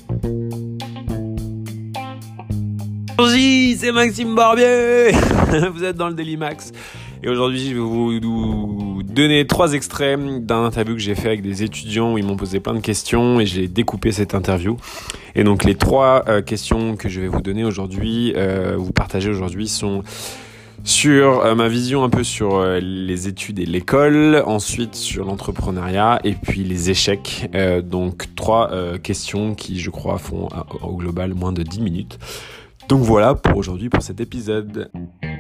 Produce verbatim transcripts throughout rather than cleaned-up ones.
Bonjour, c'est Maxime Barbier. Vous êtes dans le Daily Max. Et aujourd'hui, je vais vous, vous donner trois extraits d'un interview que j'ai fait avec des étudiants où ils m'ont posé plein de questions et j'ai découpé cette interview. Et donc, les trois euh, questions que je vais vous donner aujourd'hui, euh, vous partager aujourd'hui sont sur euh, ma vision un peu sur euh, les études et l'école, ensuite sur l'entrepreneuriat et puis les échecs. Euh, donc, trois euh, questions qui, je crois, font euh, au global moins de dix minutes. Donc voilà pour aujourd'hui, pour cet épisode.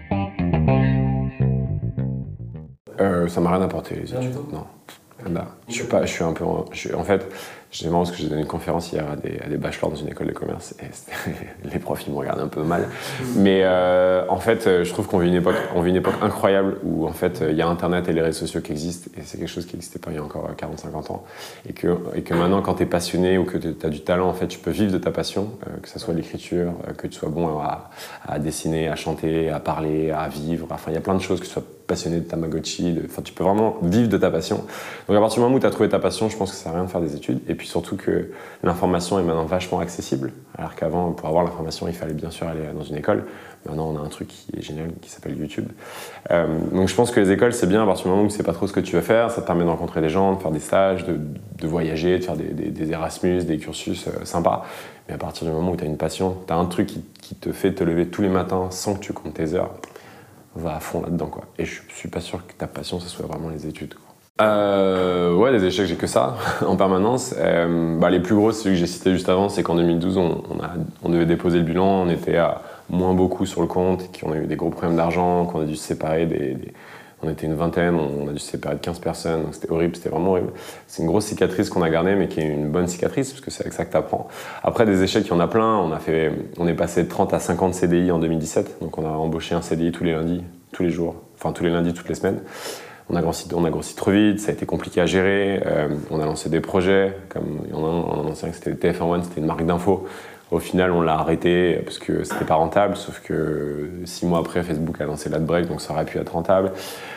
Euh, ça m'a rien apporté les études. Non. Bah, je suis pas, je suis un peu, en, je suis, en fait, j'ai marrant parce que j'ai donné une conférence hier à des, à des bachelors dans une école de commerce et les profs ils me regardent un peu mal. Mais euh, en fait, je trouve qu'on vit une époque, on vit une époque incroyable où en fait il y a Internet et les réseaux sociaux qui existent et c'est quelque chose qui n'existait pas il y a encore quarante à cinquante ans et que, et que maintenant quand tu es passionné ou que tu as du talent, en fait, tu peux vivre de ta passion, euh, que ça soit l'écriture, euh, que tu sois bon à, à dessiner, à chanter, à parler, à vivre. Enfin, il y a plein de choses que tu sois passionné de Tamagotchi, de... enfin, tu peux vraiment vivre de ta passion. Donc à partir du moment où tu as trouvé ta passion, je pense que ça sert à rien de faire des études. Et puis surtout que l'information est maintenant vachement accessible, alors qu'avant, pour avoir l'information, il fallait bien sûr aller dans une école. Maintenant, on a un truc qui est génial, qui s'appelle YouTube. Euh, donc je pense que les écoles, c'est bien à partir du moment où tu sais pas trop ce que tu veux faire, ça te permet de rencontrer des gens, de faire des stages, de, de voyager, de faire des, des, des Erasmus, des cursus euh, sympas. Mais à partir du moment où tu as une passion, tu as un truc qui, qui te fait te lever tous les matins sans que tu comptes tes heures, va à fond là-dedans, quoi. Et je suis pas sûr que ta passion, ce soit vraiment les études, quoi. Euh, ouais, des échecs, j'ai que ça en permanence. Euh, bah, les plus gros, c'est celui que j'ai cité juste avant, c'est qu'en deux mille douze, on, on, a, on devait déposer le bilan, on était à moins beaucoup sur le compte, qu'on a eu des gros problèmes d'argent, qu'on a dû se séparer des, des... On était une vingtaine, on a dû se séparer de quinze personnes, donc c'était horrible, c'était vraiment horrible. C'est une grosse cicatrice qu'on a gardée, mais qui est une bonne cicatrice, parce que c'est avec ça que tu apprends. Après, des échecs, il y en a plein. On, a fait, on est passé de trente à cinquante C D I en deux mille dix-sept, donc on a embauché un C D I tous les lundis, tous les jours, enfin tous les lundis, toutes les semaines. On a grossi, on a grossi trop vite, ça a été compliqué à gérer. Euh, on a lancé des projets, comme il y en a un, on a lancé un, c'était le T F un One, c'était une marque d'info. Au final, on l'a arrêté parce que c'était pas rentable, sauf que six mois après, Facebook a lancé l'adbreak, donc ça aurait pu être rentable.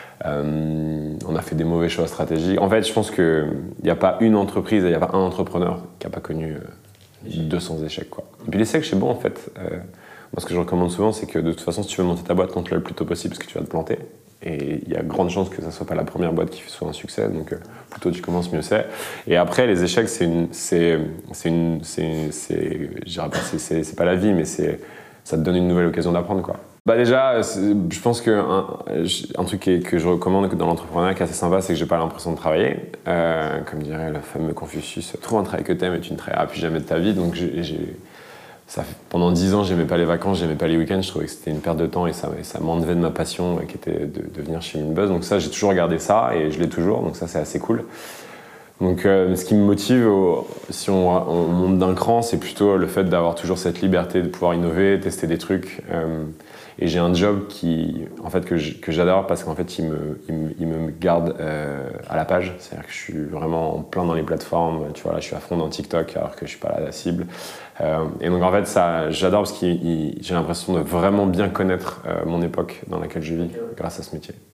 Euh, on a fait des mauvais choix stratégiques. En fait, je pense qu'il n'y a pas une entreprise, il n'y a pas un entrepreneur qui n'a pas connu euh, deux cents échecs, quoi. Et puis l'échec, c'est bon, en fait. Euh, moi, ce que je recommande souvent, c'est que de toute façon, si tu veux monter ta boîte, monte-la le plus tôt possible parce que tu vas te planter. Et il y a grande chance que ça ne soit pas la première boîte qui soit un succès, donc euh, plus tôt tu commences, mieux c'est. Et après, les échecs, c'est une, c'est, c'est une, c'est, c'est, je dirais pas, c'est, c'est, c'est pas la vie, mais c'est, ça te donne une nouvelle occasion d'apprendre, quoi. Bah déjà, je pense qu'un un truc que je recommande dans l'entrepreneuriat qui est assez sympa, c'est que j'ai pas l'impression de travailler. Euh, comme dirait le fameux Confucius, trouve un travail que t'aimes et tu ne travailleras plus jamais de ta vie. Donc j'ai, j'ai, ça fait, pendant dix ans, j'aimais pas les vacances, j'aimais pas les week-ends, je trouvais que c'était une perte de temps et ça, ça m'enlevait de ma passion qui était de, de venir chez Minbuzz. Donc ça, j'ai toujours gardé ça et je l'ai toujours, donc ça c'est assez cool. Donc euh, ce qui me motive, au, si on, on monte d'un cran, c'est plutôt le fait d'avoir toujours cette liberté de pouvoir innover, tester des trucs. Euh, et j'ai un job qui, en fait, que, je, que j'adore parce qu'en fait, il me, il me, il me garde euh, à la page. C'est-à-dire que je suis vraiment en plein dans les plateformes. Tu vois, là, je suis à fond dans TikTok alors que je suis pas là à la cible. Euh, et donc en fait, ça, j'adore parce que j'ai l'impression de vraiment bien connaître euh, mon époque dans laquelle je vis grâce à ce métier.